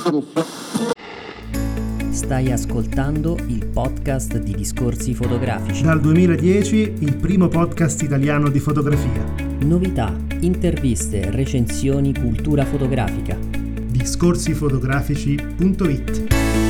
Stai ascoltando il podcast di Discorsi Fotografici. Dal 2010 il primo podcast italiano di fotografia. Novità, interviste, recensioni, cultura fotografica. Discorsifotografici.it.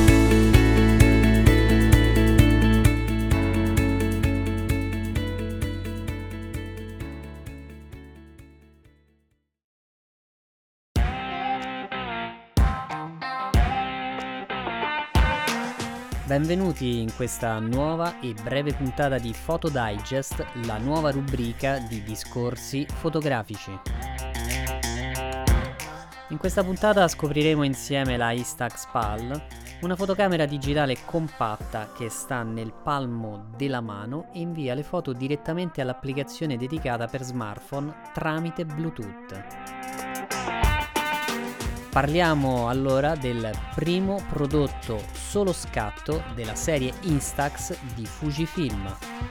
Benvenuti in questa nuova e breve puntata di Photo Digest, la nuova rubrica di Discorsi Fotografici. In questa puntata scopriremo insieme la Instax PAL, una fotocamera digitale compatta che sta nel palmo della mano e invia le foto direttamente all'applicazione dedicata per smartphone tramite Bluetooth. Parliamo allora del primo prodotto solo scatto della serie Instax di Fujifilm.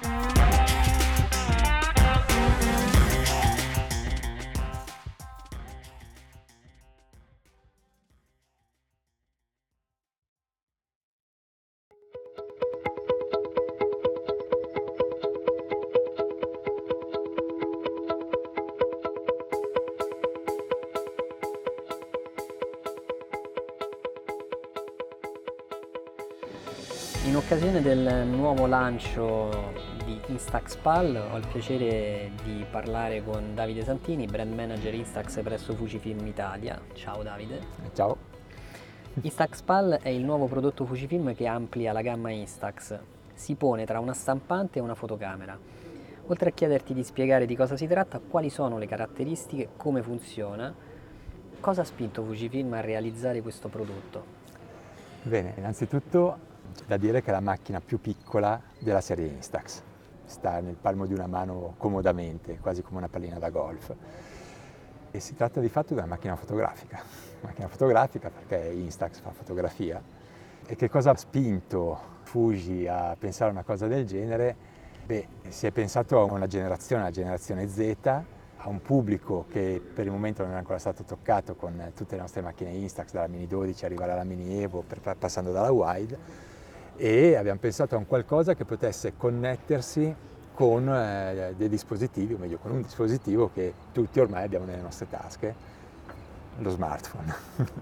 In occasione del nuovo lancio di Instax PAL ho il piacere di parlare con Davide Santini, brand manager Instax presso Fujifilm Italia. Ciao Davide. Ciao. Instax PAL è il nuovo prodotto Fujifilm che amplia la gamma Instax. Si pone tra una stampante e una fotocamera. Oltre a chiederti di spiegare di cosa si tratta, quali sono le caratteristiche, come funziona, cosa ha spinto Fujifilm a realizzare questo prodotto? Bene, innanzitutto c'è da dire che è la macchina più piccola della serie Instax. Sta nel palmo di una mano comodamente, quasi come una pallina da golf. E si tratta di fatto di una macchina fotografica. Macchina fotografica perché Instax fa fotografia. E che cosa ha spinto Fuji a pensare a una cosa del genere? Beh, si è pensato a una generazione, la generazione Z, a un pubblico che per il momento non è ancora stato toccato con tutte le nostre macchine Instax, dalla Mini 12 arrivare alla Mini Evo, passando dalla Wide, e abbiamo pensato a un qualcosa che potesse connettersi con dei dispositivi, o meglio con un dispositivo che tutti ormai abbiamo nelle nostre tasche, lo smartphone.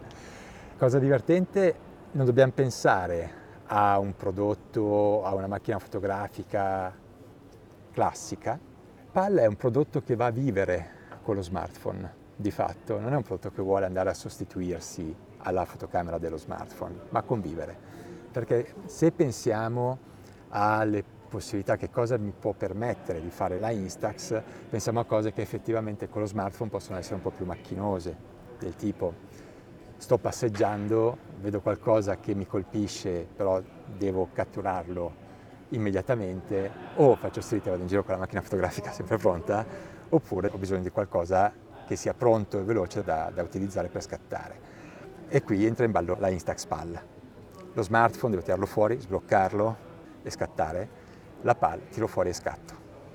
Cosa divertente, non dobbiamo pensare a un prodotto, a una macchina fotografica classica. PAL è un prodotto che va a vivere con lo smartphone, di fatto, non è un prodotto che vuole andare a sostituirsi alla fotocamera dello smartphone, ma convivere. Perché se pensiamo alle possibilità, che cosa mi può permettere di fare la Instax, pensiamo a cose che effettivamente con lo smartphone possono essere un po' più macchinose, del tipo sto passeggiando, vedo qualcosa che mi colpisce, però devo catturarlo immediatamente, o faccio street e vado in giro con la macchina fotografica sempre pronta, oppure ho bisogno di qualcosa che sia pronto e veloce da utilizzare per scattare. E qui entra in ballo la Instax PAL. Lo smartphone devo tirarlo fuori, sbloccarlo e scattare. La PAL tiro fuori e scatto.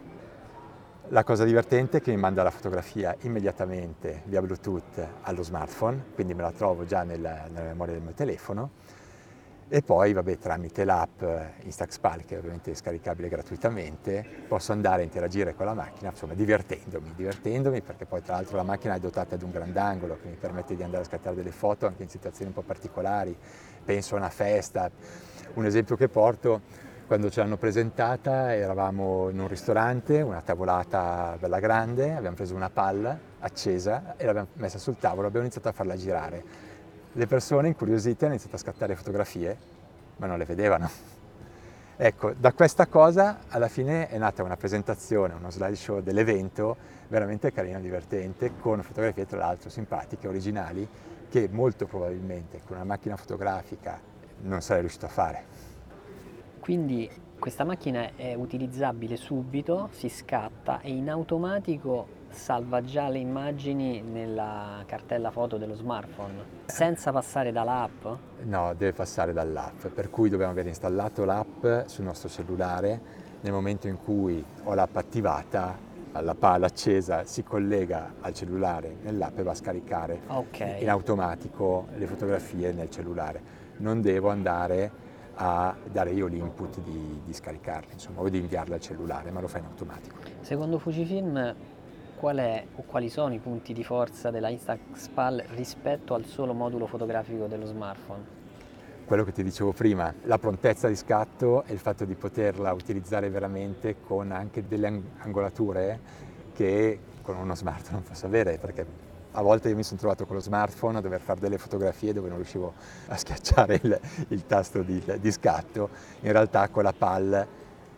La cosa divertente è che mi manda la fotografia immediatamente via Bluetooth allo smartphone, quindi me la trovo già nella memoria del mio telefono, e poi tramite l'app Instax PAL, che è ovviamente scaricabile gratuitamente, posso andare a interagire con la macchina, insomma divertendomi, perché poi tra l'altro la macchina è dotata di un grandangolo che mi permette di andare a scattare delle foto anche in situazioni un po' particolari. Penso a una festa. Un esempio che porto: quando ce l'hanno presentata eravamo in un ristorante, una tavolata bella grande, abbiamo preso una PAL accesa e l'abbiamo messa sul tavolo, abbiamo iniziato a farla girare. Le persone incuriosite hanno iniziato a scattare fotografie, ma non le vedevano. Ecco, da questa cosa alla fine è nata una presentazione, uno slideshow dell'evento veramente carino, divertente, con fotografie tra l'altro simpatiche, originali, che molto probabilmente con una macchina fotografica non sarei riuscito a fare. Quindi questa macchina è utilizzabile subito, si scatta e in automatico salva già le immagini nella cartella foto dello smartphone, senza passare dall'app? No, deve passare dall'app, per cui dobbiamo aver installato l'app sul nostro cellulare. Nel momento in cui ho l'app attivata, la palla accesa si collega al cellulare nell'app e va a scaricare in automatico le fotografie nel cellulare. Non devo andare a dare io l'input di scaricarle, insomma, o di inviarle al cellulare, ma lo fa in automatico. Secondo Fujifilm, qual è o quali sono i punti di forza della Instax PAL rispetto al solo modulo fotografico dello smartphone? Quello che ti dicevo prima, la prontezza di scatto e il fatto di poterla utilizzare veramente con anche delle angolature che con uno smartphone non posso avere, perché a volte io mi sono trovato con lo smartphone a dover fare delle fotografie dove non riuscivo a schiacciare il tasto di scatto. In realtà con la PAL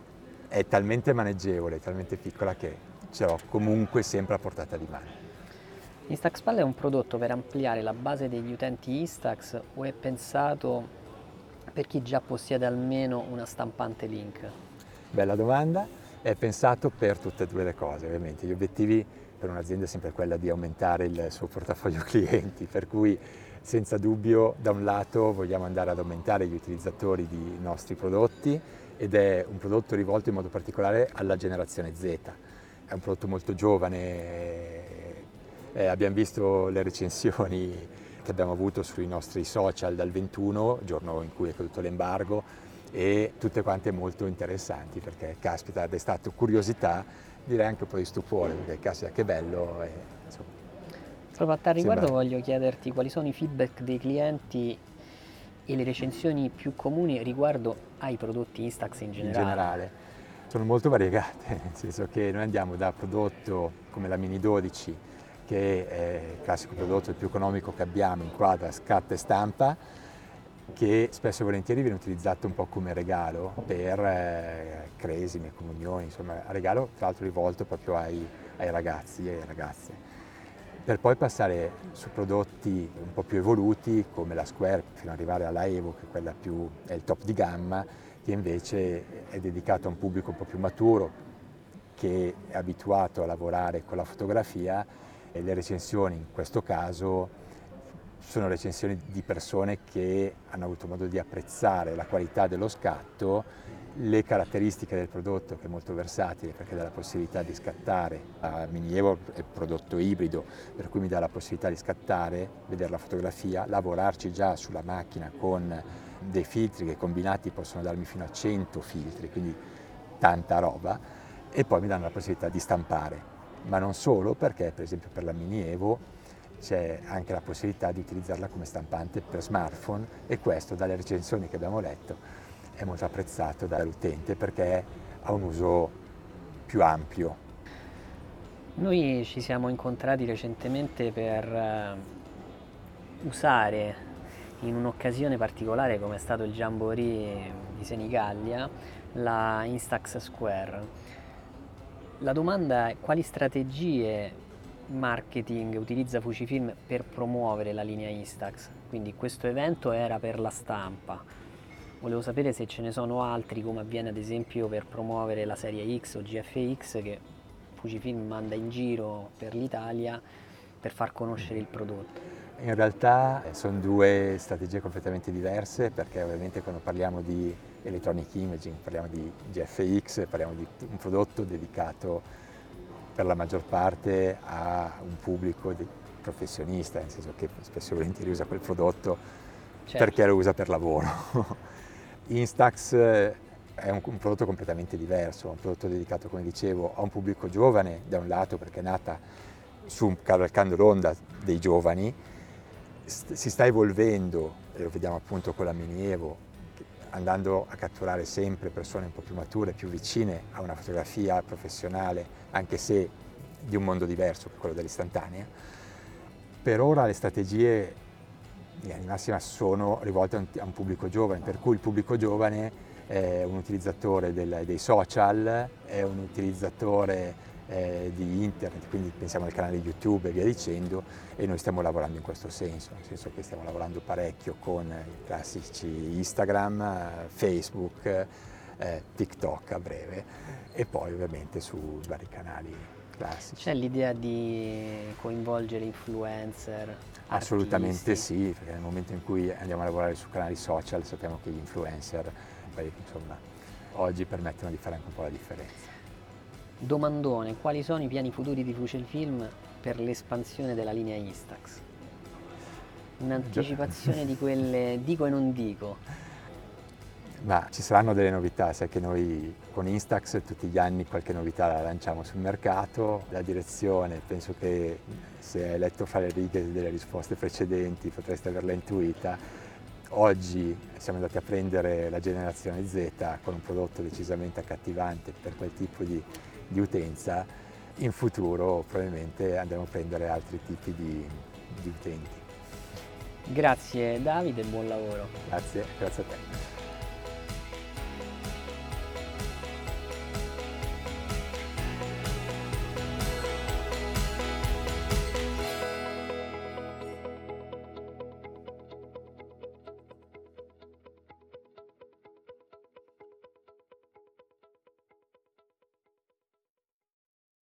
è talmente maneggevole, talmente piccola che ce l'ho comunque sempre a portata di mano. Instax PAL è un prodotto per ampliare la base degli utenti Instax o è pensato per chi già possiede almeno una stampante Link? Bella domanda, è pensato per tutte e due le cose, ovviamente. Gli obiettivi per un'azienda è sempre quella di aumentare il suo portafoglio clienti, per cui senza dubbio da un lato vogliamo andare ad aumentare gli utilizzatori di nostri prodotti ed è un prodotto rivolto in modo particolare alla generazione Z. È un prodotto molto giovane, abbiamo visto le recensioni che abbiamo avuto sui nostri social dal 21, giorno in cui è caduto l'embargo, e tutte quante molto interessanti perché caspita ha destato curiosità, direi anche un po' di stupore perché caspita che bello. Insomma, proprio a tal riguardo voglio chiederti quali sono i feedback dei clienti e le recensioni più comuni riguardo ai prodotti Instax in generale. In generale sono molto variegate, nel senso che noi andiamo da prodotto come la Mini 12, che è il classico prodotto il più economico che abbiamo, inquadra, scatta e stampa, che spesso e volentieri viene utilizzato un po' come regalo per cresime, comunioni, insomma regalo tra l'altro rivolto proprio ai ragazzi e alle ragazze. Per poi passare su prodotti un po' più evoluti come la Square fino ad arrivare alla Evo, che è il top di gamma, che invece è dedicato a un pubblico un po' più maturo, che è abituato a lavorare con la fotografia, e le recensioni in questo caso sono recensioni di persone che hanno avuto modo di apprezzare la qualità dello scatto, le caratteristiche del prodotto che è molto versatile perché dà la possibilità di scattare. La Mini Evo è un prodotto ibrido per cui mi dà la possibilità di scattare, vedere la fotografia, lavorarci già sulla macchina con dei filtri che combinati possono darmi fino a 100 filtri, quindi tanta roba, e poi mi danno la possibilità di stampare. Ma non solo, perché per esempio per la Mini Evo c'è anche la possibilità di utilizzarla come stampante per smartphone e questo dalle recensioni che abbiamo letto è molto apprezzato dall'utente perché ha un uso più ampio. Noi ci siamo incontrati recentemente per usare in un'occasione particolare come è stato il Jamboree di Senigallia la Instax Square. La domanda è quali strategie marketing utilizza Fujifilm per promuovere la linea Instax? Quindi questo evento era per la stampa. Volevo sapere se ce ne sono altri, come avviene ad esempio per promuovere la serie X o GFX che Fujifilm manda in giro per l'Italia per far conoscere il prodotto. In realtà sono due strategie completamente diverse perché ovviamente quando parliamo di electronic imaging parliamo di GFX, parliamo di un prodotto dedicato per la maggior parte a un pubblico professionista, nel senso che spesso e volentieri usa quel prodotto perché lo usa per lavoro. Instax è un prodotto completamente diverso, un prodotto dedicato, come dicevo, a un pubblico giovane da un lato perché è nata cavalcando l'onda dei giovani, si sta evolvendo, e lo vediamo appunto con la Mini Evo, andando a catturare sempre persone un po' più mature, più vicine a una fotografia professionale, anche se di un mondo diverso, quello dell'istantanea. Per ora le strategie di massima sono rivolte a un pubblico giovane, per cui il pubblico giovane è un utilizzatore dei social, è un utilizzatore di internet, quindi pensiamo al canale YouTube e via dicendo, e noi stiamo lavorando in questo senso, nel senso che stiamo lavorando parecchio con i classici Instagram, Facebook, TikTok a breve e poi ovviamente su vari canali classici. C'è l'idea di coinvolgere influencer? Assolutamente artisti? sì, perché nel momento in cui andiamo a lavorare su canali social sappiamo che gli influencer, insomma, oggi permettono di fare anche un po' la differenza. Domandone, quali sono i piani futuri di Fujifilm per l'espansione della linea Instax? Un'anticipazione di quelle dico e non dico. Ma ci saranno delle novità, sai che noi con Instax tutti gli anni qualche novità la lanciamo sul mercato. La direzione, penso che se hai letto fra le righe delle risposte precedenti potreste averla intuita. Oggi siamo andati a prendere la generazione Z con un prodotto decisamente accattivante per quel tipo di utenza. In futuro probabilmente andremo a prendere altri tipi di utenti. Grazie Davide e buon lavoro. Grazie a te.